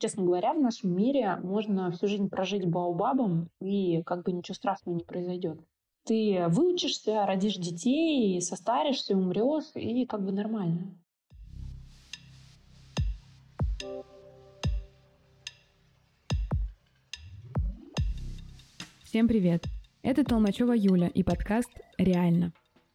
Честно говоря, в нашем мире можно всю жизнь прожить баобабом, и как бы ничего страшного не произойдет. Ты выучишься, родишь детей, состаришься, умрешь, и как бы нормально. Всем привет! Это Толмачева Юля и подкаст «Реально».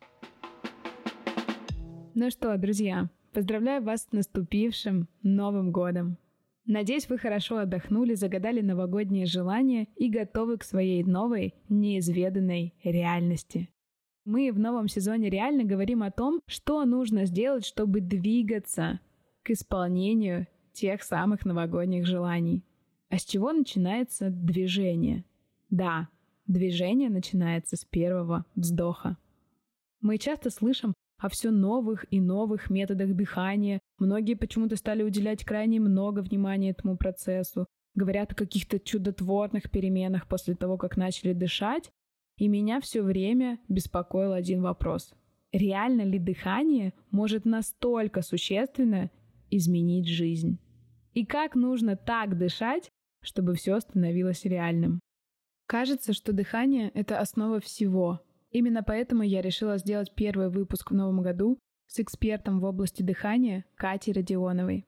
Ну что, друзья, поздравляю вас с наступившим Новым годом! Надеюсь, вы хорошо отдохнули, загадали новогодние желания и готовы к своей новой, неизведанной реальности. Мы в новом сезоне «Реально» говорим о том, что нужно сделать, чтобы двигаться к исполнению тех самых новогодних желаний. А с чего начинается движение? Да, движение начинается с первого вздоха. Мы часто слышим о все новых и новых методах дыхания. Многие почему-то стали уделять крайне много внимания этому процессу. Говорят о каких-то чудотворных переменах после того, как начали дышать. И меня все время беспокоил один вопрос. Реально ли дыхание может настолько существенно изменить жизнь? И как нужно так дышать, чтобы все становилось реальным? Кажется, что дыхание — это основа всего. Именно поэтому я решила сделать первый выпуск в новом году с экспертом в области дыхания Катей Родионовой.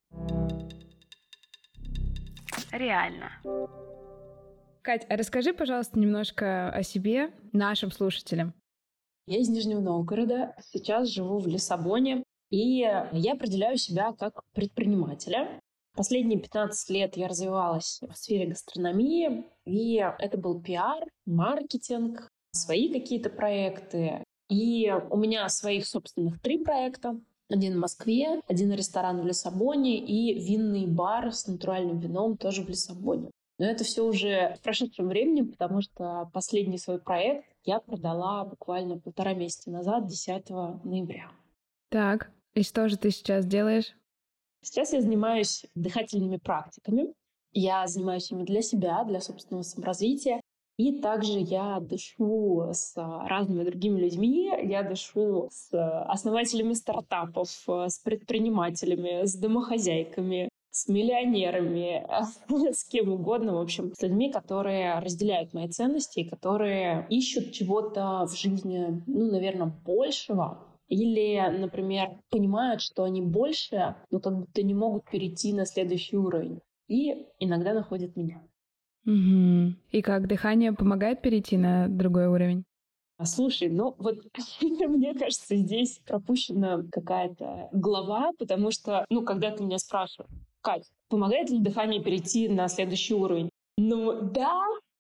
Реально. Кать, а расскажи, пожалуйста, немножко о себе нашим слушателям. Я из Нижнего Новгорода, сейчас живу в Лиссабоне, и я определяю себя как предпринимателя. Последние 15 лет я развивалась в сфере гастрономии, и это был пиар, маркетинг, свои какие-то проекты. И у меня своих собственных 3 проекта. Один в Москве, один ресторан в Лиссабоне и винный бар с натуральным вином тоже в Лиссабоне. Но это все уже в прошедшем времени, потому что последний свой проект я продала буквально 1,5 месяца назад, 10 ноября. Так, и что же ты сейчас делаешь? Сейчас я занимаюсь дыхательными практиками. Я занимаюсь ими для себя, для собственного саморазвития. И также я дышу с разными другими людьми. Я дышу с основателями стартапов, с предпринимателями, с домохозяйками, с миллионерами, с кем угодно, в общем, с людьми, которые разделяют мои ценности и которые ищут чего-то в жизни, наверное, большего. Или, например, понимают, что они больше, но как будто не могут перейти на следующий уровень. И иногда находят меня. Угу. И как дыхание помогает перейти на другой уровень? Слушай, мне кажется, здесь пропущена какая-то глава, потому что, когда ты меня спрашиваешь, Кать, помогает ли дыхание перейти на следующий уровень? Да.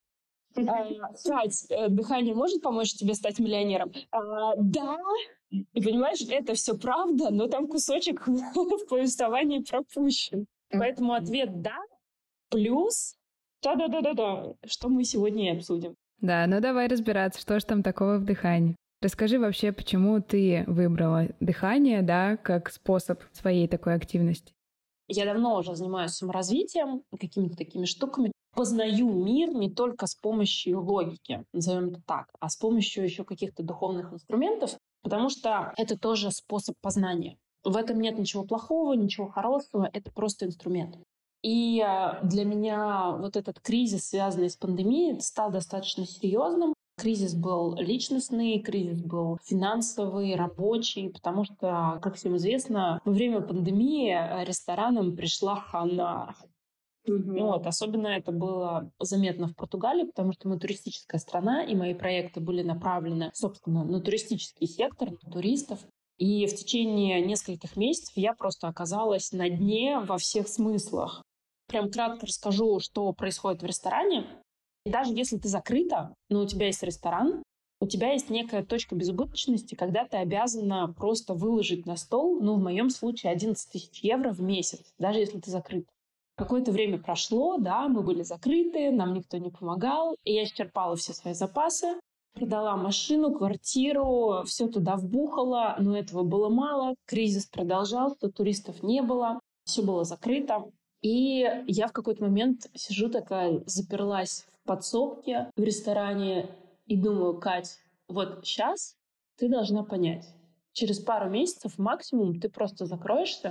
Кать, дыхание может помочь тебе стать миллионером? Да. И понимаешь, это все правда, но там кусочек в повествовании пропущен. Поэтому ответ «да», плюс да-да-да-да-да, что мы сегодня и обсудим. Да, давай разбираться, что же там такого в дыхании. Расскажи вообще, почему ты выбрала дыхание, как способ своей такой активности. Я давно уже занимаюсь саморазвитием, какими-то такими штуками. Познаю мир не только с помощью логики, назовем это так, а с помощью еще каких-то духовных инструментов, потому что это тоже способ познания. В этом нет ничего плохого, ничего хорошего, это просто инструмент. И для меня вот этот кризис, связанный с пандемией, стал достаточно серьезным. Кризис был личностный, кризис был финансовый, рабочий, потому что, как всем известно, во время пандемии ресторанам пришла хана. Особенно это было заметно в Португалии, потому что мы туристическая страна, и мои проекты были направлены, собственно, на туристический сектор, на туристов. И в течение нескольких месяцев я просто оказалась на дне во всех смыслах. Прям кратко расскажу, что происходит в ресторане. И даже если ты закрыта, но у тебя есть ресторан, у тебя есть некая точка безубыточности, когда ты обязана просто выложить на стол, в моем случае 11 тысяч евро в месяц, даже если ты закрыт. Какое-то время прошло, мы были закрыты, нам никто не помогал, и я исчерпала все свои запасы, продала машину, квартиру, все туда вбухала, но этого было мало, кризис продолжался, туристов не было, все было закрыто. И я в какой-то момент сижу такая, заперлась в подсобке в ресторане и думаю, Кать, вот сейчас ты должна понять, через пару месяцев максимум ты просто закроешься,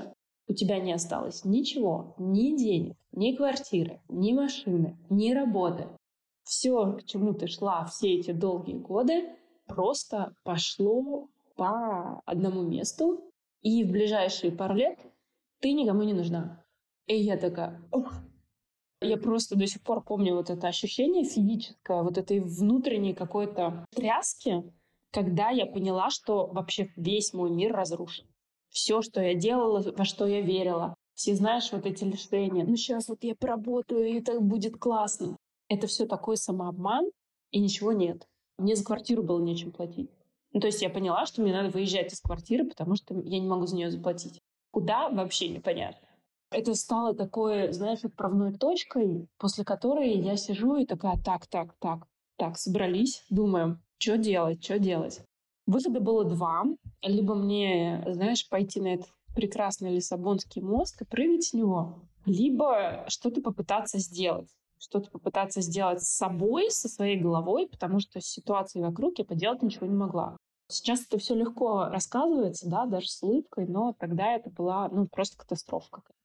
у тебя не осталось ничего, ни денег, ни квартиры, ни машины, ни работы. Все, к чему ты шла все эти долгие годы, просто пошло по одному месту, и в ближайшие пару лет ты никому не нужна. И я такая... Ух. Я просто до сих пор помню вот это ощущение физическое, вот этой внутренней какой-то тряски, когда я поняла, что вообще весь мой мир разрушен. Все, что я делала, во что я верила. Все, знаешь, вот эти лишения. Ну, сейчас вот я поработаю, и это будет классно. Это все такой самообман, и ничего нет. Мне за квартиру было нечем платить. Ну, то есть я поняла, что мне надо выезжать из квартиры, потому что я не могу за нее заплатить. Куда? Вообще непонятно. Это стало такой, знаешь, отправной точкой, после которой я сижу и такая, так, собрались, думаем, что делать. Выхода было два. Либо мне, знаешь, пойти на этот прекрасный Лиссабонский мост и прыгать с него, либо что-то попытаться сделать. Что-то попытаться сделать с собой, со своей головой, потому что с ситуацией вокруг я поделать ничего не могла. Сейчас это все легко рассказывается, да, даже с улыбкой, но тогда это была, просто катастрофа какая-то.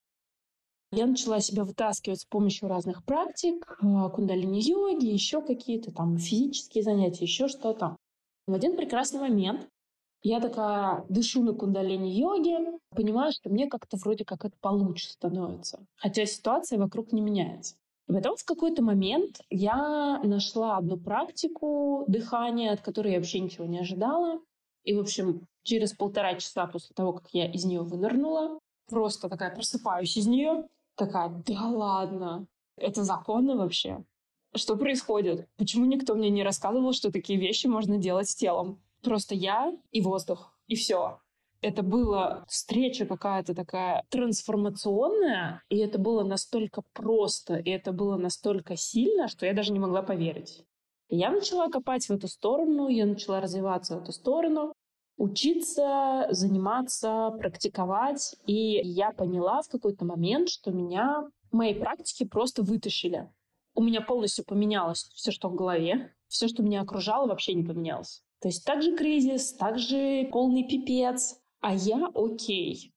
Я начала себя вытаскивать с помощью разных практик, кундалини-йоги, еще какие-то там физические занятия, еще что-то. В один прекрасный момент я такая дышу на кундалини-йоге, понимаю, что мне как-то вроде как это получше становится, хотя ситуация вокруг не меняется. И потом в какой-то момент я нашла одну практику дыхания, от которой я вообще ничего не ожидала. И, в общем, через 1,5 часа после того, как я из нее вынырнула, просто такая просыпаюсь из нее, такая, да ладно, это законно вообще? Что происходит? Почему никто мне не рассказывал, что такие вещи можно делать с телом? Просто я и воздух, и все. Это была встреча какая-то такая трансформационная, и это было настолько просто, и это было настолько сильно, что я даже не могла поверить. И я начала копать в эту сторону, я начала развиваться в эту сторону, учиться, заниматься, практиковать. И я поняла в какой-то момент, что мои практики просто вытащили. У меня полностью поменялось все, что в голове. Все, что меня окружало, вообще не поменялось. То есть также кризис, также полный пипец, а я окей.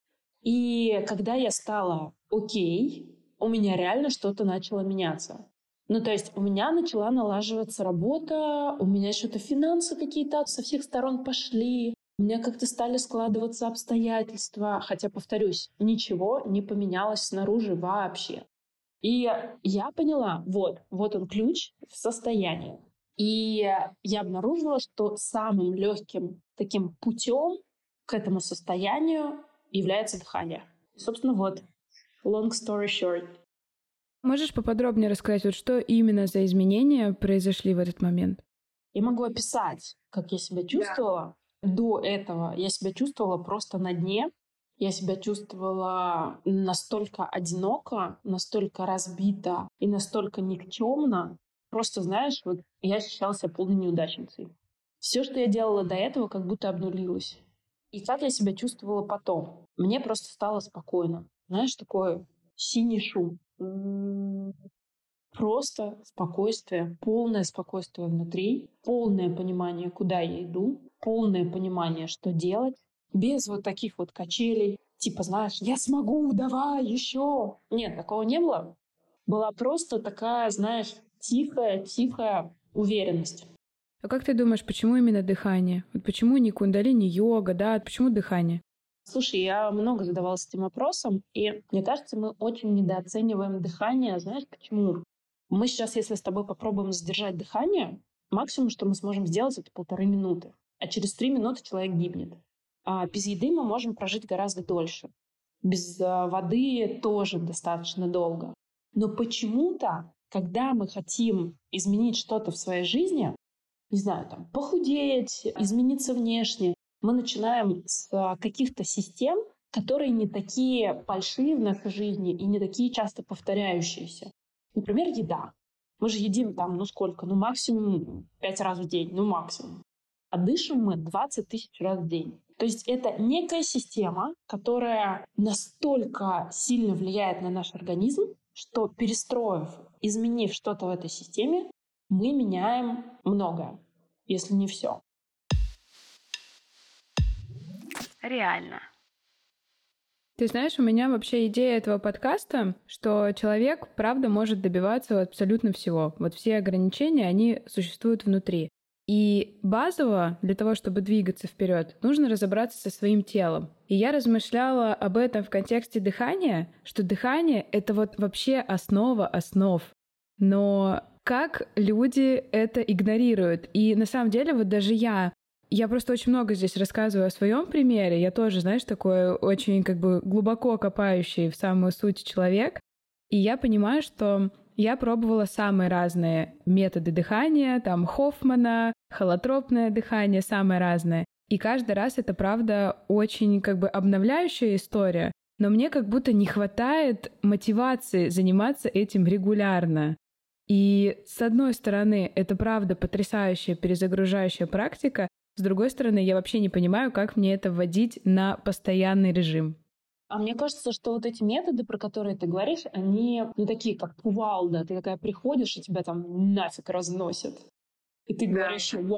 И когда я стала окей, у меня реально что-то начало меняться. Ну, то есть у меня начала налаживаться работа, у меня что-то финансы какие-то со всех сторон пошли, у меня как-то стали складываться обстоятельства. Хотя, повторюсь, ничего не поменялось снаружи вообще. И я поняла, вот он ключ в состоянии. И я обнаружила, что самым легким таким путем к этому состоянию является дыхание. Собственно, long story short. Можешь поподробнее рассказать, вот что именно за изменения произошли в этот момент? Я могу описать, как я себя чувствовала. Да. До этого я себя чувствовала просто на дне. Я себя чувствовала настолько одиноко, настолько разбито и настолько никчемно. Просто, знаешь, я ощущала себя полной неудачницей. Все, что я делала до этого, как будто обнулилось. И как я себя чувствовала потом? Мне просто стало спокойно. Знаешь, такой синий шум. Просто спокойствие, полное спокойствие внутри, полное понимание, куда я иду, полное понимание, что делать, без вот таких вот качелей, типа, знаешь, я смогу, давай, еще. Нет, такого не было. Была просто такая, знаешь, тихая уверенность. А как ты думаешь, почему именно дыхание? Вот почему не кундалини йога, да? Почему дыхание? Слушай, я много задавалась этим вопросом, и мне кажется, мы очень недооцениваем дыхание. Знаешь почему? Мы сейчас, если с тобой попробуем задержать дыхание, максимум, что мы сможем сделать, это 1,5 минуты. А через 3 минуты человек гибнет. А без еды мы можем прожить гораздо дольше. Без воды тоже достаточно долго. Но почему-то, когда мы хотим изменить что-то в своей жизни, не знаю, там, похудеть, измениться внешне, мы начинаем с каких-то систем, которые не такие большие в нашей жизни и не такие часто повторяющиеся. Например, еда. Мы же едим там, сколько? Максимум 5 раз в день, максимум. А дышим мы 20 тысяч раз в день. То есть это некая система, которая настолько сильно влияет на наш организм, что перестроив, изменив что-то в этой системе, мы меняем многое, если не все. Реально. Ты знаешь, у меня вообще идея этого подкаста, что человек, правда, может добиваться абсолютно всего. Вот все ограничения, они существуют внутри. И базово для того, чтобы двигаться вперед, нужно разобраться со своим телом. И я размышляла об этом в контексте дыхания, что дыхание — это вот вообще основа основ. Но как люди это игнорируют? И на самом деле вот даже я просто очень много здесь рассказываю о своем примере. Я тоже, знаешь, такой очень как бы глубоко копающий в самую суть человек. И я понимаю, что я пробовала самые разные методы дыхания, там Хоффмана, холотропное дыхание, самое разное. И каждый раз это, правда, очень как бы обновляющая история, но мне как будто не хватает мотивации заниматься этим регулярно. И с одной стороны, это правда потрясающая перезагружающая практика, с другой стороны, я вообще не понимаю, как мне это вводить на постоянный режим. А мне кажется, что вот эти методы, про которые ты говоришь, они такие, как кувалда. Ты такая приходишь, и тебя там нафиг разносят. И ты говоришь «вау».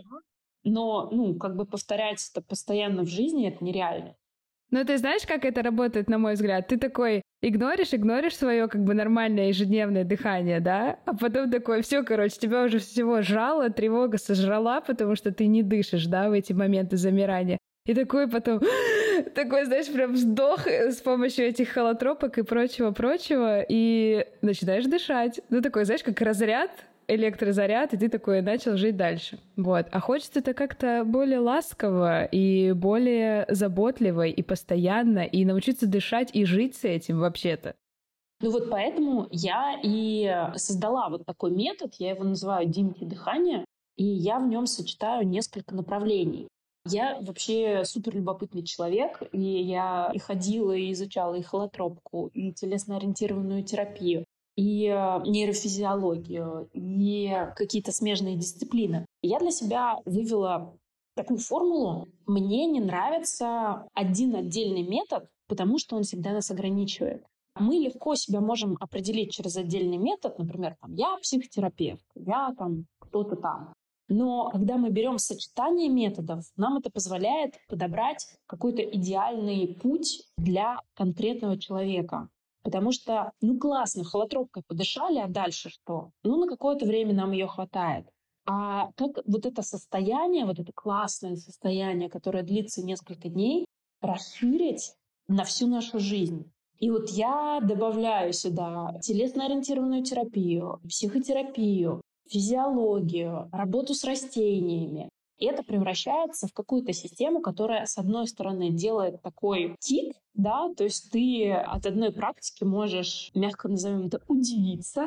Но, как бы повторять это постоянно в жизни, это нереально. Ну, ты знаешь, как это работает, на мой взгляд? Ты такой игноришь свое как бы нормальное ежедневное дыхание, да? А потом такой, все, короче, тебя уже всего жало, тревога сожрала, потому что ты не дышишь, да, в эти моменты замирания. И такой потом, такой, знаешь, прям вздох с помощью этих холотропок и прочего, и начинаешь дышать. Ну, такой, знаешь, как разряд, электрозаряд, и ты такой начал жить дальше. Вот. А хочется это как-то более ласково и более заботливо и постоянно, и научиться дышать и жить с этим вообще-то. Ну вот поэтому я и создала вот такой метод, я его называю DMT-дыхание, и я в нем сочетаю несколько направлений. Я вообще супер любопытный человек, и я и ходила, и изучала и холотропку, и телесно-ориентированную терапию, и нейрофизиологию, и какие-то смежные дисциплины. И я для себя вывела такую формулу. Мне не нравится один отдельный метод, потому что он всегда нас ограничивает. Мы легко себя можем определить через отдельный метод, например, я психотерапевт, я кто-то там. Но когда мы берем сочетание методов, нам это позволяет подобрать какой-то идеальный путь для конкретного человека. Потому что, классно, холотропкой подышали, а дальше что? На какое-то время нам ее хватает. А как вот это состояние, вот это классное состояние, которое длится несколько дней, расширить на всю нашу жизнь? И вот я добавляю сюда телесно-ориентированную терапию, психотерапию, физиологию, работу с растениями. И это превращается в какую-то систему, которая, с одной стороны, делает такой кик, да, то есть ты от одной практики можешь, мягко назовем это, удивиться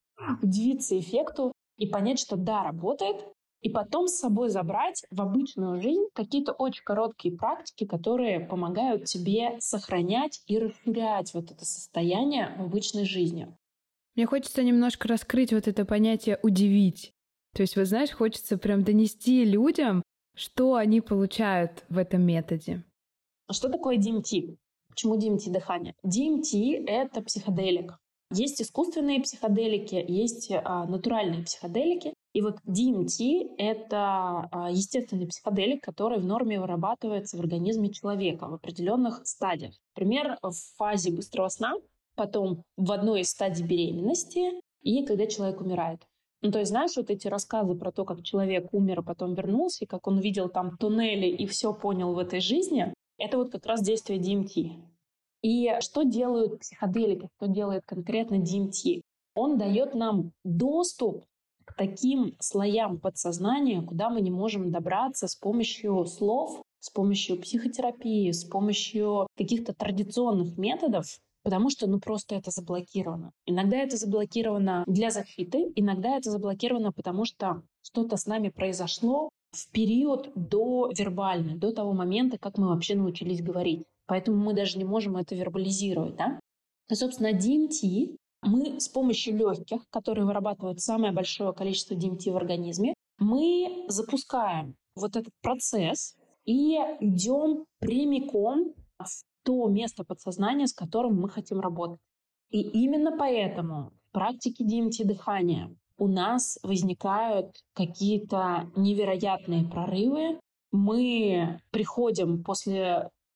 эффекту и понять, что да, работает, и потом с собой забрать в обычную жизнь какие-то очень короткие практики, которые помогают тебе сохранять и расширять вот это состояние в обычной жизни. Мне хочется немножко раскрыть вот это понятие «удивить». То есть, вот знаешь, хочется прям донести людям, что они получают в этом методе. А что такое DMT? Почему DMT-дыхание? DMT — это психоделик. Есть искусственные психоделики, есть натуральные психоделики. И вот DMT — это естественный психоделик, который в норме вырабатывается в организме человека в определенных стадиях. Например, в фазе быстрого сна, потом в одной из стадий беременности и когда человек умирает. То есть, знаешь, вот эти рассказы про то, как человек умер, а потом вернулся, и как он видел там туннели и все понял в этой жизни, это вот как раз действие DMT. И что делают психоделики, что делает конкретно DMT? Он дает нам доступ к таким слоям подсознания, куда мы не можем добраться с помощью слов, с помощью психотерапии, с помощью каких-то традиционных методов, потому что просто это заблокировано. Иногда это заблокировано для защиты, иногда это заблокировано, потому что что-то с нами произошло в период до вербально, до того момента, как мы вообще научились говорить. Поэтому мы даже не можем это вербализировать. Да? И, собственно, DMT мы с помощью легких, которые вырабатывают самое большое количество DMT в организме, мы запускаем вот этот процесс и идем прямиком в то место подсознания, с которым мы хотим работать. И именно поэтому в практике DMT-дыхания у нас возникают какие-то невероятные прорывы. Мы приходим после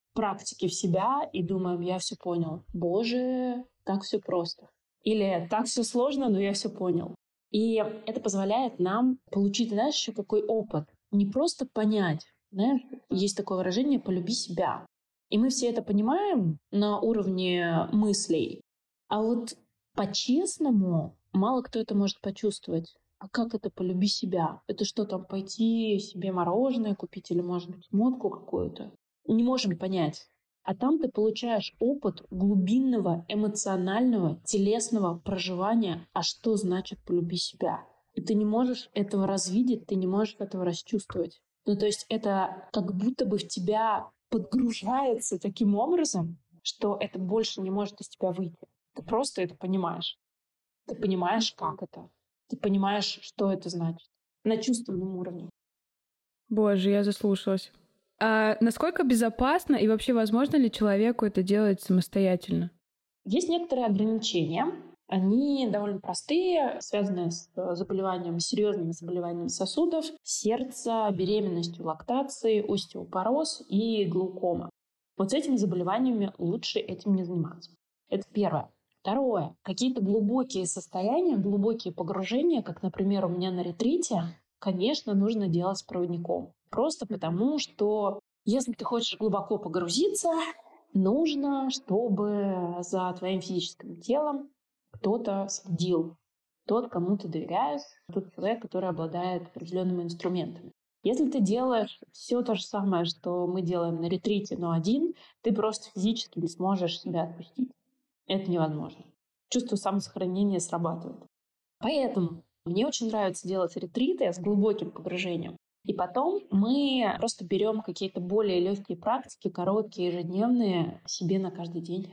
практики в себя и думаем, я все понял. Боже, так все просто. Или так все сложно, но я все понял. И это позволяет нам получить, знаешь, еще какой опыт. Не просто понять. Знаешь, есть такое выражение «полюби себя». И мы все это понимаем на уровне мыслей. А вот по-честному мало кто это может почувствовать. А как это «полюби себя»? Это что там, пойти себе мороженое купить или, может быть, мотку какую-то? Не можем понять. А там ты получаешь опыт глубинного, эмоционального, телесного проживания. А что значит «полюби себя»? И ты не можешь этого развидеть, ты не можешь этого расчувствовать. Ну, то есть это как будто бы в тебя подгружается таким образом, что это больше не может из тебя выйти. Ты просто это понимаешь. Ты понимаешь, как это. Ты понимаешь, что это значит. На чувственном уровне. Боже, я заслушалась. А насколько безопасно и вообще возможно ли человеку это делать самостоятельно? Есть некоторые ограничения. Они довольно простые, связанные с заболеваниями, серьезными заболеваниями сосудов, сердца, беременностью, лактацией, остеопороз и глаукома. Вот с этими заболеваниями лучше этим не заниматься. Это первое. Второе. Какие-то глубокие состояния, глубокие погружения, как, например, у меня на ретрите, конечно, нужно делать с проводником. Просто потому, что если ты хочешь глубоко погрузиться, нужно, чтобы за твоим физическим телом кто-то следил. Тот, кому ты доверяешь, тот человек, который обладает определенными инструментами. Если ты делаешь все то же самое, что мы делаем на ретрите, но один, ты просто физически не сможешь себя отпустить. Это невозможно. Чувство самосохранения срабатывает. Поэтому мне очень нравится делать ретриты с глубоким погружением. И потом мы просто берем какие-то более легкие практики, короткие, ежедневные, себе на каждый день.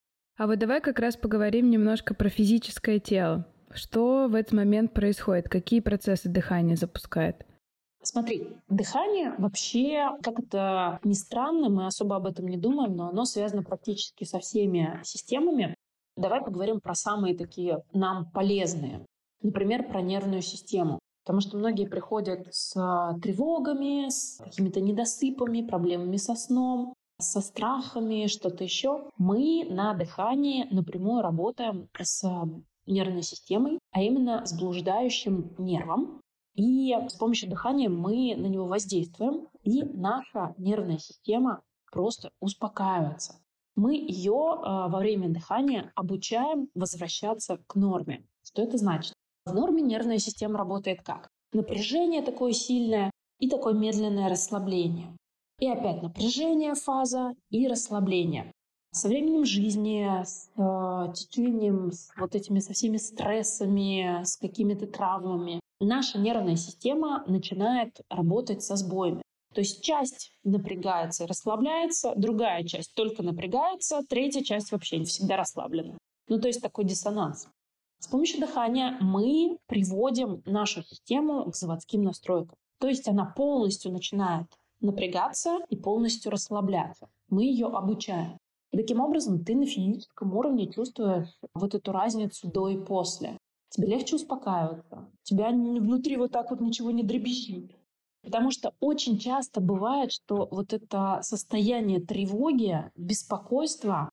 А вот давай как раз поговорим немножко про физическое тело. Что в этот момент происходит? Какие процессы дыхания запускает? Смотри, дыхание вообще, как это ни странно, мы особо об этом не думаем, но оно связано практически со всеми системами. Давай поговорим про самые такие нам полезные. Например, про нервную систему. Потому что многие приходят с тревогами, с какими-то недосыпами, проблемами со сном, со страхами, что-то еще. Мы на дыхании напрямую работаем с нервной системой, а именно с блуждающим нервом. И с помощью дыхания мы на него воздействуем, и наша нервная система просто успокаивается. Мы ее во время дыхания обучаем возвращаться к норме. Что это значит? В норме нервная система работает как? Напряжение такое сильное и такое медленное расслабление. И опять напряжение, фаза и расслабление. Со временем жизни, с течением, с вот этими со всеми стрессами, с какими-то травмами, наша нервная система начинает работать со сбоями. То есть часть напрягается и расслабляется, другая часть только напрягается, третья часть вообще не всегда расслаблена. Ну, то есть такой диссонанс. С помощью дыхания мы приводим нашу систему к заводским настройкам. То есть она полностью начинает напрягаться и полностью расслабляться. Мы ее обучаем. И таким образом ты на физическом уровне чувствуешь вот эту разницу до и после. Тебе легче успокаиваться. Тебя внутри вот так вот ничего не дребезжит. Потому что очень часто бывает, что вот это состояние тревоги, беспокойства,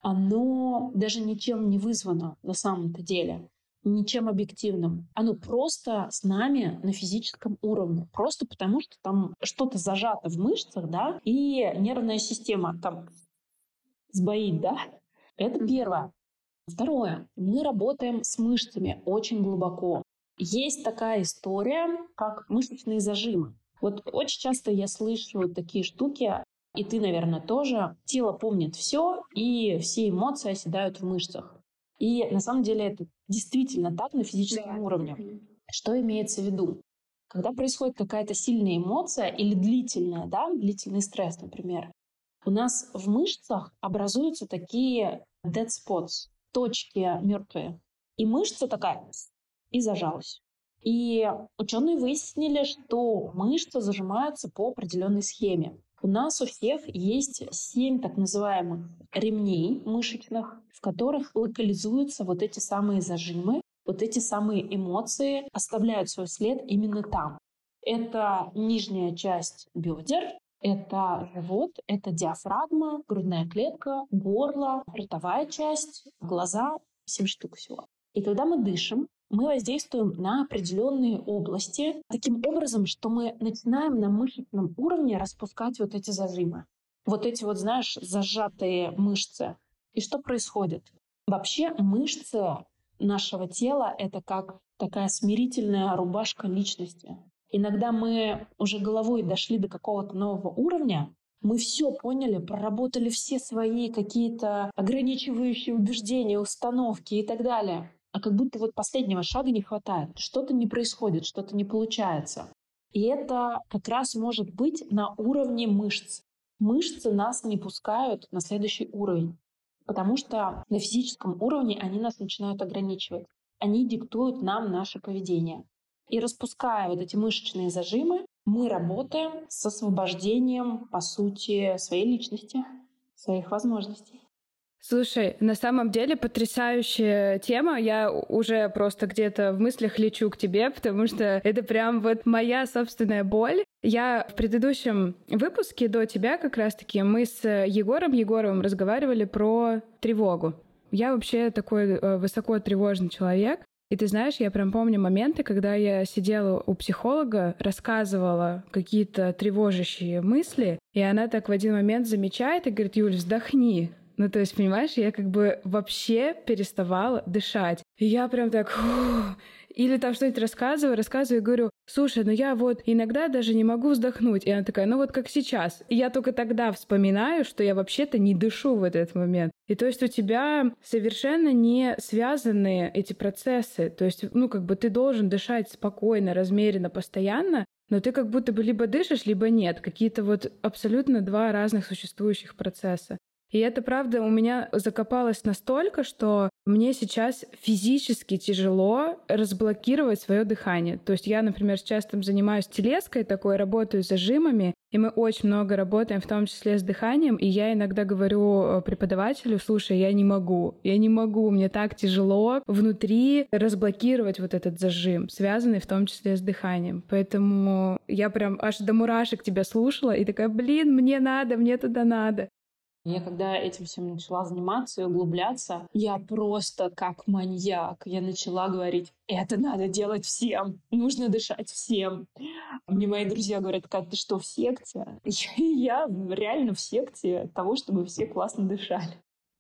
оно даже ничем не вызвано на самом-то деле. Ничем объективным. Оно просто с нами на физическом уровне. Просто потому, что там что-то зажато в мышцах, да, и нервная система там сбоит, да. Это первое. Второе. Мы работаем с мышцами очень глубоко. Есть такая история, как мышечные зажимы. Вот очень часто я слышу такие штуки, и ты, наверное, тоже. Тело помнит все, и все эмоции оседают в мышцах. И на самом деле это действительно так на физическом уровне. Что имеется в виду? Когда происходит какая-то сильная эмоция или длительная, да, длительный стресс, например, у нас в мышцах образуются такие dead spots, точки мертвые. И мышца такая и зажалась. И ученые выяснили, что мышцы зажимаются по определенной схеме. У нас у всех есть 7 так называемых ремней мышечных, в которых локализуются вот эти самые зажимы, вот эти самые эмоции оставляют свой след именно там. Это нижняя часть бедер, Это живот, это диафрагма, грудная клетка, горло, ротовая часть, глаза, 7 штук всего. И когда мы дышим, мы воздействуем на определенные области таким образом, что мы начинаем на мышечном уровне распускать вот эти зажимы. Вот эти вот, знаешь, зажатые мышцы. И что происходит? Вообще мышцы нашего тела — это как такая смирительная рубашка личности. Иногда мы уже головой дошли до какого-то нового уровня, мы все поняли, проработали все свои какие-то ограничивающие убеждения, установки и так далее. А как будто вот последнего шага не хватает. Что-то не происходит, что-то не получается. И это как раз может быть на уровне мышц. Мышцы нас не пускают на следующий уровень, потому что на физическом уровне они нас начинают ограничивать. Они диктуют нам наше поведение. И распуская вот эти мышечные зажимы, мы работаем с освобождением, по сути, своей личности, своих возможностей. Слушай, на самом деле потрясающая тема. Я уже просто где-то в мыслях лечу к тебе, потому что это прям вот моя собственная боль. Я в предыдущем выпуске до тебя как раз-таки мы с Егором Егоровым разговаривали про тревогу. Я вообще такой высоко тревожный человек. И ты знаешь, я прям помню моменты, когда я сидела у психолога, рассказывала какие-то тревожащие мысли, и она так в один момент замечает и говорит: «Юль, вздохни». Ну, то есть, понимаешь, я как бы вообще переставала дышать. И я прям так... Или там что-нибудь рассказываю и говорю: слушай, ну я вот иногда даже не могу вздохнуть. И она такая: ну вот как сейчас. И я только тогда вспоминаю, что я вообще-то не дышу в этот момент. И то есть у тебя совершенно не связаны эти процессы. То есть, ну как бы ты должен дышать спокойно, размеренно, постоянно, но ты как будто бы либо дышишь, либо нет. Какие-то вот абсолютно два разных существующих процесса. И это, правда, у меня закопалось настолько, что мне сейчас физически тяжело разблокировать свое дыхание. То есть я, например, сейчас там занимаюсь телеской такой, работаю с зажимами, и мы очень много работаем, в том числе с дыханием, и я иногда говорю преподавателю: слушай, я не могу, мне так тяжело внутри разблокировать вот этот зажим, связанный в том числе с дыханием. Поэтому я прям аж до мурашек тебя слушала и такая: блин, мне туда надо. Я когда этим всем начала заниматься и углубляться, я просто как маньяк. Я начала говорить: это надо делать всем, нужно дышать всем. Мне мои друзья говорят: Кать, ты что, в секте? Я реально в секте того, чтобы все классно дышали.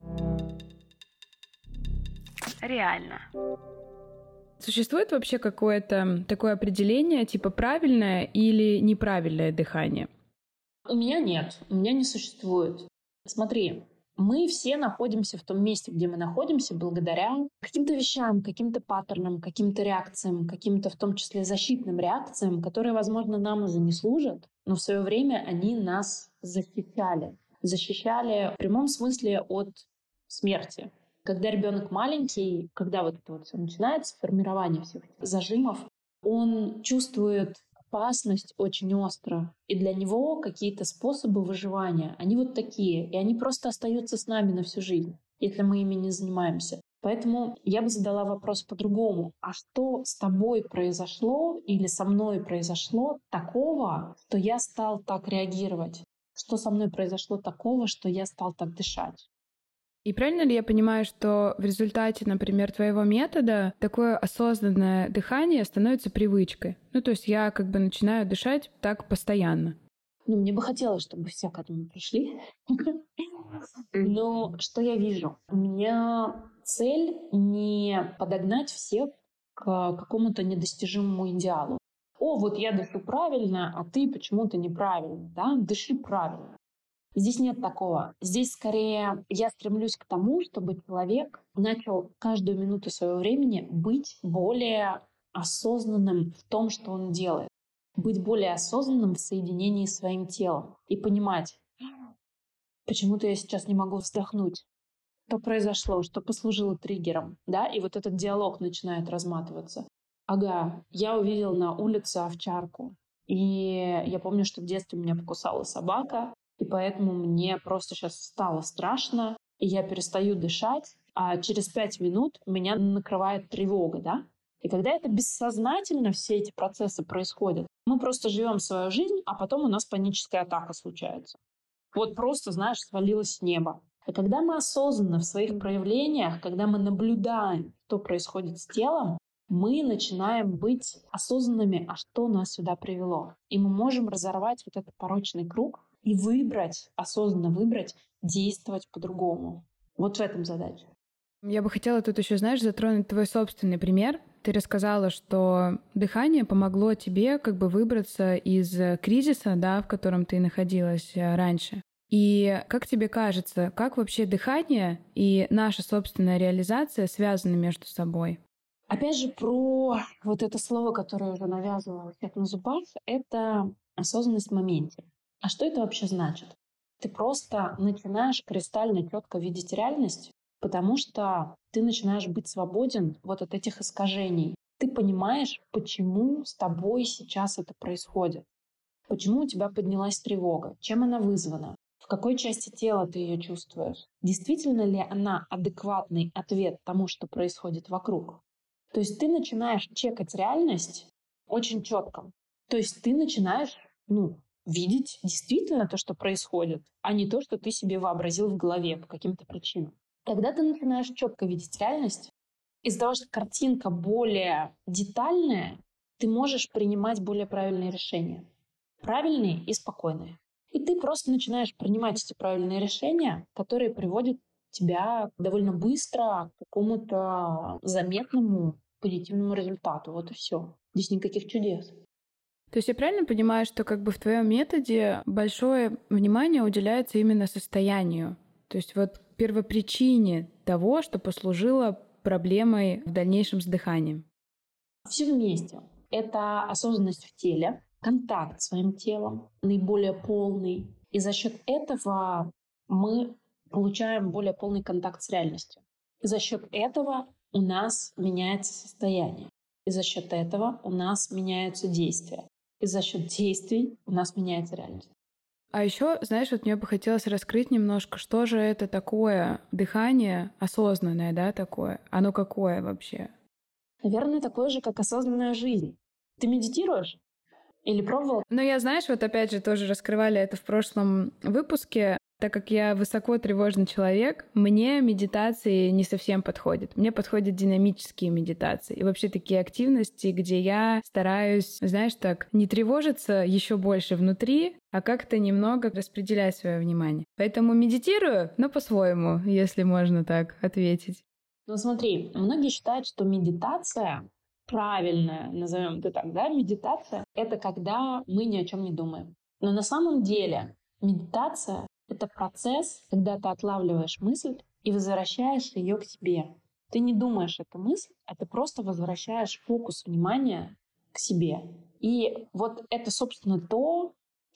Реально. Существует вообще какое-то такое определение, типа правильное или неправильное дыхание? У меня нет, у меня не существует. Смотри, мы все находимся в том месте, где мы находимся, благодаря каким-то вещам, каким-то паттернам, каким-то реакциям, каким-то в том числе защитным реакциям, которые, возможно, нам уже не служат, но в свое время они нас защищали. Защищали в прямом смысле от смерти. Когда ребенок маленький, когда вот это вот все начинается, формирование всех этих зажимов, он чувствует опасность очень остро. И для него какие-то способы выживания, они вот такие. И они просто остаются с нами на всю жизнь, если мы ими не занимаемся. Поэтому я бы задала вопрос по-другому. А что с тобой произошло или со мной произошло такого, что я стал так реагировать? Что со мной произошло такого, что я стал так дышать? И правильно ли я понимаю, что в результате, например, твоего метода такое осознанное дыхание становится привычкой? Ну, то есть я как бы начинаю дышать так постоянно. Мне бы хотелось, чтобы все к этому пришли. Но что я вижу? У меня цель не подогнать всех к какому-то недостижимому идеалу. О, вот я дышу правильно, а ты почему-то неправильно. Да? Дыши правильно. Здесь нет такого. Здесь скорее я стремлюсь к тому, чтобы человек начал каждую минуту своего времени быть более осознанным в том, что он делает. Быть более осознанным в соединении с своим телом. И понимать: почему-то я сейчас не могу вздохнуть. Что произошло, что послужило триггером. Да? И вот этот диалог начинает разматываться. Ага, я увидел на улице овчарку. И я помню, что в детстве меня покусала собака. И поэтому мне просто сейчас стало страшно, и я перестаю дышать, а через 5 минут меня накрывает тревога, да? И когда это бессознательно все эти процессы происходят, Мы просто живем свою жизнь, а потом у нас паническая атака случается. Вот просто, знаешь, свалилось с неба. А когда мы осознанно в своих проявлениях, когда мы наблюдаем, что происходит с телом, мы начинаем быть осознанными, а что нас сюда привело. И мы можем разорвать вот этот порочный круг и выбрать, осознанно выбрать, действовать по-другому. Вот в этом задача. Я бы хотела тут еще, знаешь, затронуть твой собственный пример. Ты рассказала, что дыхание помогло тебе как бы выбраться из кризиса, да, в котором ты находилась раньше. И как тебе кажется, как вообще дыхание и наша собственная реализация связаны между собой? Опять же, про вот это слово, которое уже навязывала у всех на зубах, это осознанность в моменте. А что это вообще значит? Ты просто начинаешь кристально четко видеть реальность, потому что ты начинаешь быть свободен вот от этих искажений. Ты понимаешь, почему с тобой сейчас это происходит, почему у тебя поднялась тревога, чем она вызвана, в какой части тела ты ее чувствуешь, действительно ли она адекватный ответ тому, что происходит вокруг. То есть ты начинаешь чекать реальность очень четко. То есть ты начинаешь, видеть действительно то, что происходит, а не то, что ты себе вообразил в голове по каким-то причинам. Когда ты начинаешь четко видеть реальность, из-за того, что картинка более детальная, ты можешь принимать более правильные решения. Правильные и спокойные. И ты просто начинаешь принимать эти правильные решения, которые приводят тебя довольно быстро к какому-то заметному позитивному результату. Вот и все. Здесь никаких чудес. То есть я правильно понимаю, что как бы в твоем методе большое внимание уделяется именно состоянию? То есть вот первопричине того, что послужило проблемой в дальнейшем с дыханием? Все вместе. Это осознанность в теле, контакт с своим телом, наиболее полный. И за счет этого мы получаем более полный контакт с реальностью. И за счет этого у нас меняется состояние. И за счет этого у нас меняются действия. И за счет действий у нас меняется реальность. А еще, знаешь, вот мне бы хотелось раскрыть немножко, что же это такое дыхание осознанное, да, такое? Оно какое вообще? Наверное, такое же, как осознанная жизнь. Ты медитируешь? Или пробовал? Ну, я, знаешь, вот опять же тоже раскрывали это в прошлом выпуске. Так как я высоко тревожный человек, мне медитации не совсем подходят. Мне подходят динамические медитации. И вообще такие активности, где я стараюсь, знаешь, так, не тревожиться еще больше внутри, а как-то немного распределять свое внимание. Поэтому медитирую, но по-своему, если можно так ответить. Ну смотри, многие считают, что медитация правильная, назовем это так, да, медитация — это когда мы ни о чем не думаем. Но на самом деле медитация — это процесс, когда ты отлавливаешь мысль и возвращаешь ее к себе. Ты не думаешь эту мысль, а ты просто возвращаешь фокус внимания к себе. И вот это, собственно, то,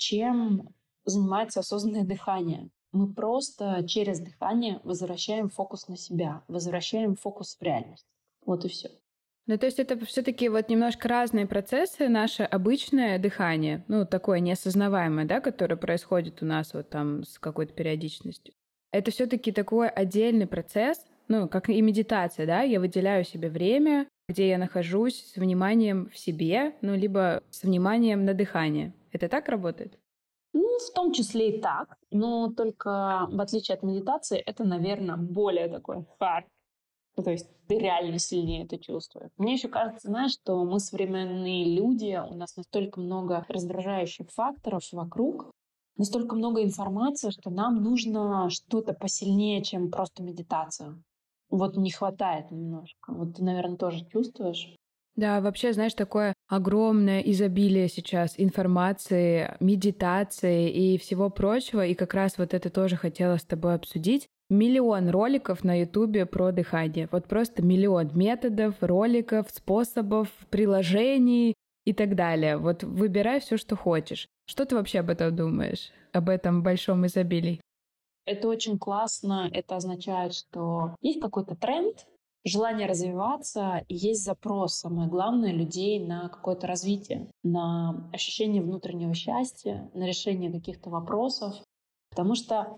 чем занимается осознанное дыхание. Мы просто через дыхание возвращаем фокус на себя, возвращаем фокус в реальность. Вот и все. Ну, то есть это все-таки вот немножко разные процессы. Наше обычное дыхание, ну, такое неосознаваемое, да, которое происходит у нас вот там с какой-то периодичностью. Это все-таки такой отдельный процесс, ну, как и медитация, да, я выделяю себе время, где я нахожусь с вниманием в себе, ну, либо с вниманием на дыхание. Это так работает? Ну, в том числе и так, но только в отличие от медитации, это, наверное, более такой хард. Ну, то есть ты реально сильнее это чувствуешь. Мне еще кажется, знаешь, что мы современные люди, у нас настолько много раздражающих факторов вокруг, настолько много информации, что нам нужно что-то посильнее, чем просто медитацию. Вот не хватает немножко. Вот ты, наверное, тоже чувствуешь. Да, вообще, знаешь, такое огромное изобилие сейчас информации, медитации и всего прочего. И как раз вот это тоже хотела с тобой обсудить. Миллион роликов на Ютубе про дыхание. Вот просто миллион методов, роликов, способов, приложений и так далее. Вот выбирай все, что хочешь. Что ты вообще об этом думаешь? Об этом большом изобилии? Это очень классно. Это означает, что есть какой-то тренд, желание развиваться, и есть запрос, самое главное, людей на какое-то развитие, на ощущение внутреннего счастья, на решение каких-то вопросов. Потому что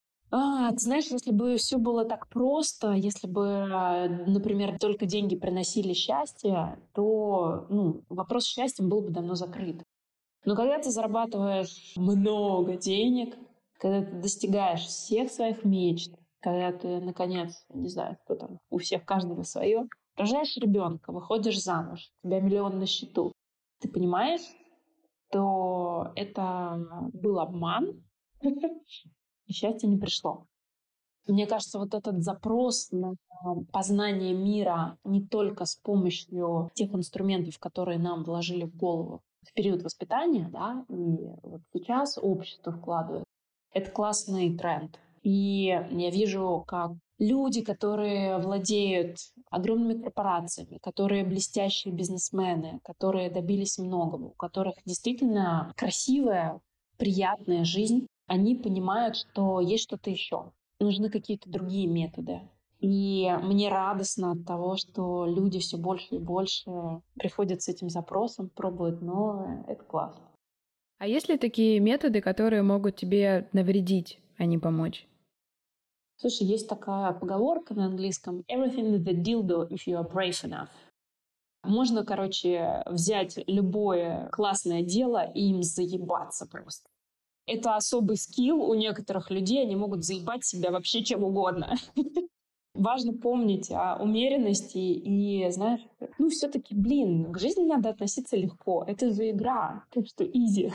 ты знаешь, если бы все было так просто, если бы, например, только деньги приносили счастье, то вопрос с счастьем был бы давно закрыт. Но когда ты зарабатываешь много денег, когда ты достигаешь всех своих мечт, когда ты, наконец, не знаю, кто там, у всех каждого свое, рожаешь ребенка, выходишь замуж, у тебя миллион на счету, ты понимаешь, то это был обман, и счастье не пришло. Мне кажется, вот этот запрос на познание мира не только с помощью тех инструментов, которые нам вложили в голову в период воспитания, да, и вот сейчас общество вкладывает, это классный тренд. И я вижу, как люди, которые владеют огромными корпорациями, которые блестящие бизнесмены, которые добились многого, у которых действительно красивая, приятная жизнь, они понимают, что есть что-то еще. Нужны какие-то другие методы. И мне радостно от того, что люди все больше и больше приходят с этим запросом, пробуют новое. Это классно. А есть ли такие методы, которые могут тебе навредить, а не помочь? Слушай, есть такая поговорка на английском «Everything is a dildo if you are brave enough». Можно, взять любое классное дело и им заебаться просто. Это особый скилл у некоторых людей, они могут заебать себя вообще чем угодно. Важно помнить о умеренности и, знаешь, все-таки, к жизни надо относиться легко. Это же игра, так что изи.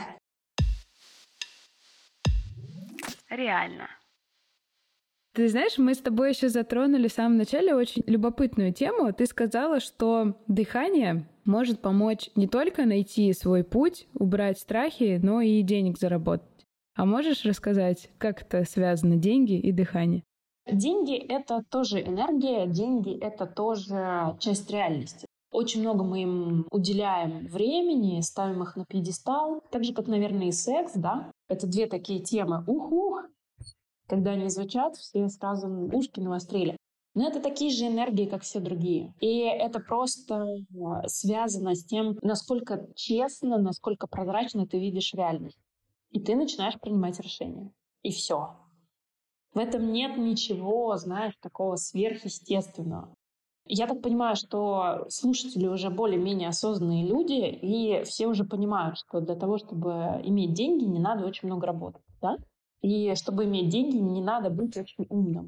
Реально. Ты знаешь, мы с тобой еще затронули в самом начале очень любопытную тему. Ты сказала, что дыхание может помочь не только найти свой путь, убрать страхи, но и денег заработать. А можешь рассказать, как это связано, деньги и дыхание? Деньги — это тоже энергия, деньги — это тоже часть реальности. Очень много мы им уделяем времени, ставим их на пьедестал. Так же, как, наверное, и секс, да? Это две такие темы. Ух-ух! Когда они звучат, все сразу ушки навострили. Но это такие же энергии, как все другие. И это просто связано с тем, насколько честно, насколько прозрачно ты видишь реальность. И ты начинаешь принимать решения. И все. В этом нет ничего, знаешь, такого сверхъестественного. Я так понимаю, что слушатели уже более-менее осознанные люди, и все уже понимают, что для того, чтобы иметь деньги, не надо очень много работать, да? И чтобы иметь деньги, не надо быть очень умным,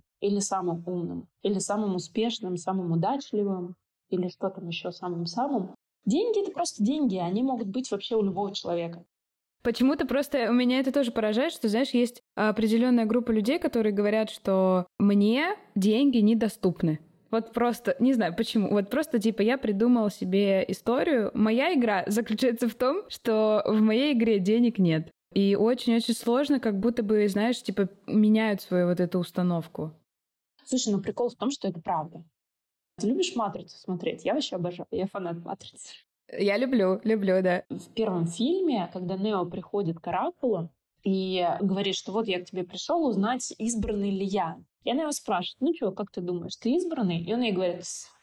или самым успешным, самым удачливым, или что там еще самым-самым. Деньги — это просто деньги, они могут быть вообще у любого человека. Почему-то просто у меня это тоже поражает, что, знаешь, есть определенная группа людей, которые говорят, что мне деньги недоступны. Вот просто, не знаю почему, вот просто типа я придумал себе историю. Моя игра заключается в том, что в моей игре денег нет. И очень-очень сложно, как будто бы, знаешь, типа меняют свою вот эту установку. Слушай, прикол в том, что это правда. Ты любишь «Матрицу» смотреть? Я вообще обожаю, я фанат «Матрицы». Я люблю, да. В первом фильме, когда Нео приходит к Оракулу и говорит, что вот я к тебе пришел узнать, избранный ли я. И она его спрашивает, как ты думаешь, ты избранный? И он ей говорит,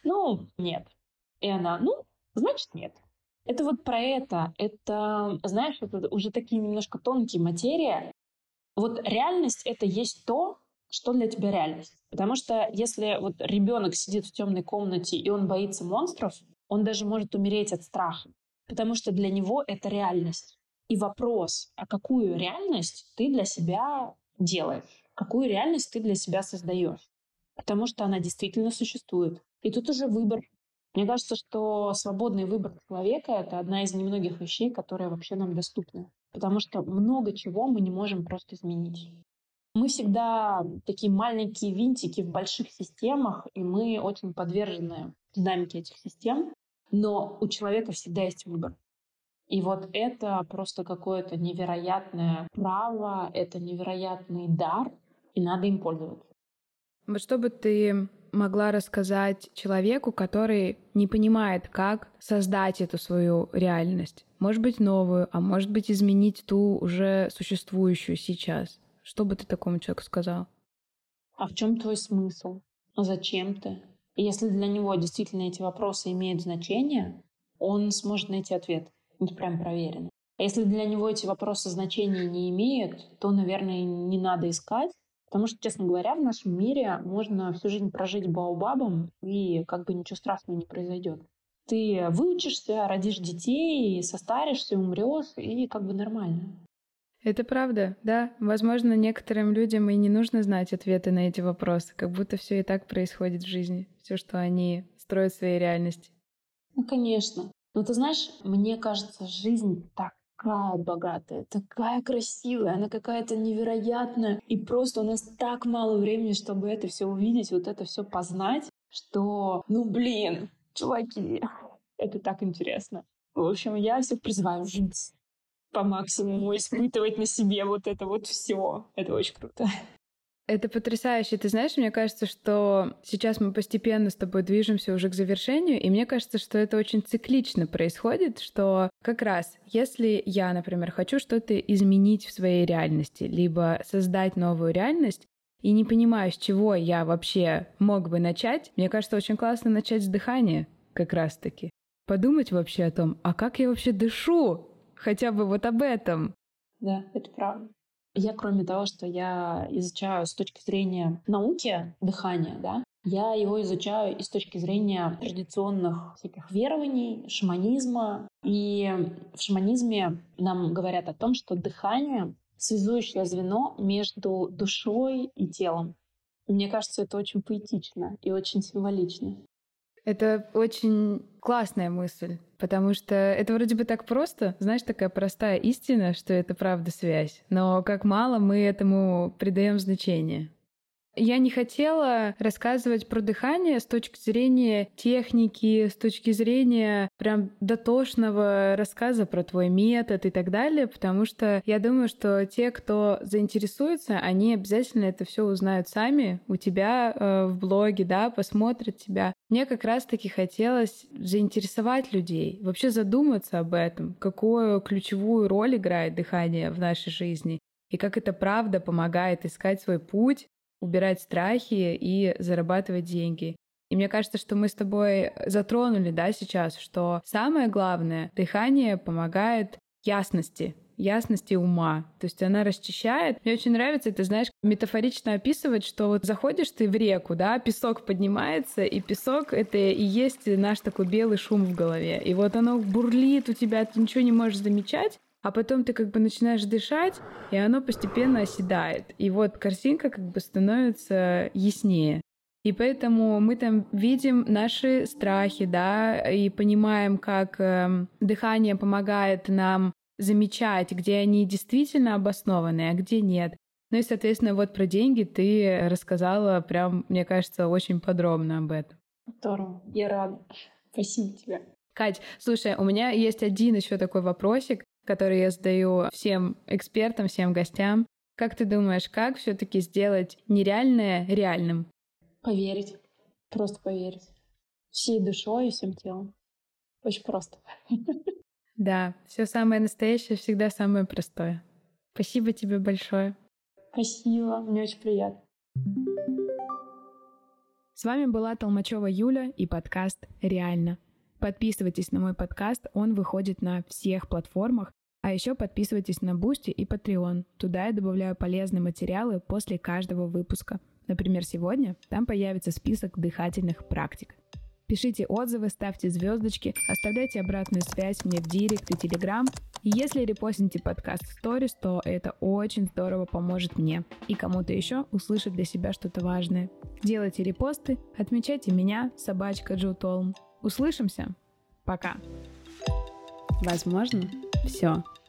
нет. И она, значит, нет. Это вот про это. Это, знаешь, это уже такие немножко тонкие материи. Вот реальность — это есть то, что для тебя реальность. Потому что если вот ребенок сидит в темной комнате и он боится монстров, он даже может умереть от страха. Потому что для него это реальность. И вопрос, а какую реальность ты для себя делаешь? Какую реальность ты для себя создаешь? Потому что она действительно существует. И тут уже выбор. Мне кажется, что свободный выбор человека — это одна из немногих вещей, которые вообще нам доступны. Потому что много чего мы не можем просто изменить. Мы всегда такие маленькие винтики в больших системах, и мы очень подвержены динамике этих систем. Но у человека всегда есть выбор. И вот это просто какое-то невероятное право, это невероятный дар, и надо им пользоваться. Вот что бы ты могла рассказать человеку, который не понимает, как создать эту свою реальность? Может быть, новую, а может быть, изменить ту уже существующую сейчас? Что бы ты такому человеку сказал? А в чем твой смысл? А зачем ты? И если для него действительно эти вопросы имеют значение, он сможет найти ответ. Это прям проверено. А если для него эти вопросы значения не имеют, то, наверное, не надо искать. Потому что, честно говоря, в нашем мире можно всю жизнь прожить баобабом, и как бы ничего страшного не произойдет. Ты выучишься, родишь детей, состаришься, умрешь, и как бы нормально. Это правда, да. Возможно, некоторым людям и не нужно знать ответы на эти вопросы, как будто все и так происходит в жизни, все, что они строят в своей реальности. Ну, конечно. Но ты знаешь, мне кажется, жизнь такая богатая, такая красивая, она какая-то невероятная. И просто у нас так мало времени, чтобы это все увидеть, вот это все познать, что, чуваки, это так интересно. В общем, я всех призываю жить по максимуму, испытывать на себе вот это вот все. Это очень круто. Это потрясающе. Ты знаешь, мне кажется, что сейчас мы постепенно с тобой движемся уже к завершению, и мне кажется, что это очень циклично происходит, что как раз если я, например, хочу что-то изменить в своей реальности, либо создать новую реальность, и не понимаю, с чего я вообще мог бы начать, мне кажется, очень классно начать с дыхания как раз-таки. Подумать вообще о том, а как я вообще дышу? Хотя бы вот об этом. Да, это правда. Я, кроме того, что я изучаю с точки зрения науки дыхания, да, я его изучаю и с точки зрения традиционных всяких верований, шаманизма. И в шаманизме нам говорят о том, что дыхание — связующее звено между душой и телом. И мне кажется, это очень поэтично и очень символично. Это очень классная мысль, потому что это вроде бы так просто, знаешь, такая простая истина, что это правда связь, но как мало мы этому придаем значение. Я не хотела рассказывать про дыхание с точки зрения техники, с точки зрения прям дотошного рассказа про твой метод и так далее, потому что я думаю, что те, кто заинтересуется, они обязательно это все узнают сами у тебя в блоге, да, посмотрят тебя. Мне как раз-таки хотелось заинтересовать людей, вообще задуматься об этом, какую ключевую роль играет дыхание в нашей жизни и как это правда помогает искать свой путь, убирать страхи и зарабатывать деньги. И мне кажется, что мы с тобой затронули, да, сейчас, что самое главное, дыхание помогает ясности ума. То есть она расчищает. Мне очень нравится, это, знаешь, метафорично описывать, что вот заходишь ты в реку, да, песок поднимается, и песок — это и есть наш такой белый шум в голове. И вот оно бурлит у тебя, ты ничего не можешь замечать, а потом ты как бы начинаешь дышать, и оно постепенно оседает. И вот картинка как бы становится яснее. И поэтому мы там видим наши страхи, да, и понимаем, как дыхание помогает нам замечать, где они действительно обоснованы, а где нет. Ну и, соответственно, вот про деньги ты рассказала прям, мне кажется, очень подробно об этом. Здорово, я рада. Спасибо тебе. Кать, слушай, у меня есть один еще такой вопросик, который я задаю всем экспертам, всем гостям. Как ты думаешь, как все-таки сделать нереальное реальным? Поверить. Просто поверить. Всей душой и всем телом. Очень просто. Да, все самое настоящее всегда самое простое. Спасибо тебе большое. Спасибо, мне очень приятно. С вами была Толмачева Юля и подкаст «Реально». Подписывайтесь на мой подкаст, он выходит на всех платформах, а еще подписывайтесь на Boosty и Patreon. Туда я добавляю полезные материалы после каждого выпуска. Например, сегодня там появится список дыхательных практик. Пишите отзывы, ставьте звездочки, оставляйте обратную связь мне в Директ и Телеграм. И если репостните подкаст в сторис, то это очень здорово поможет мне и кому-то еще услышать для себя что-то важное. Делайте репосты, отмечайте меня, @JuTolm. Услышимся. Пока. Возможно, все.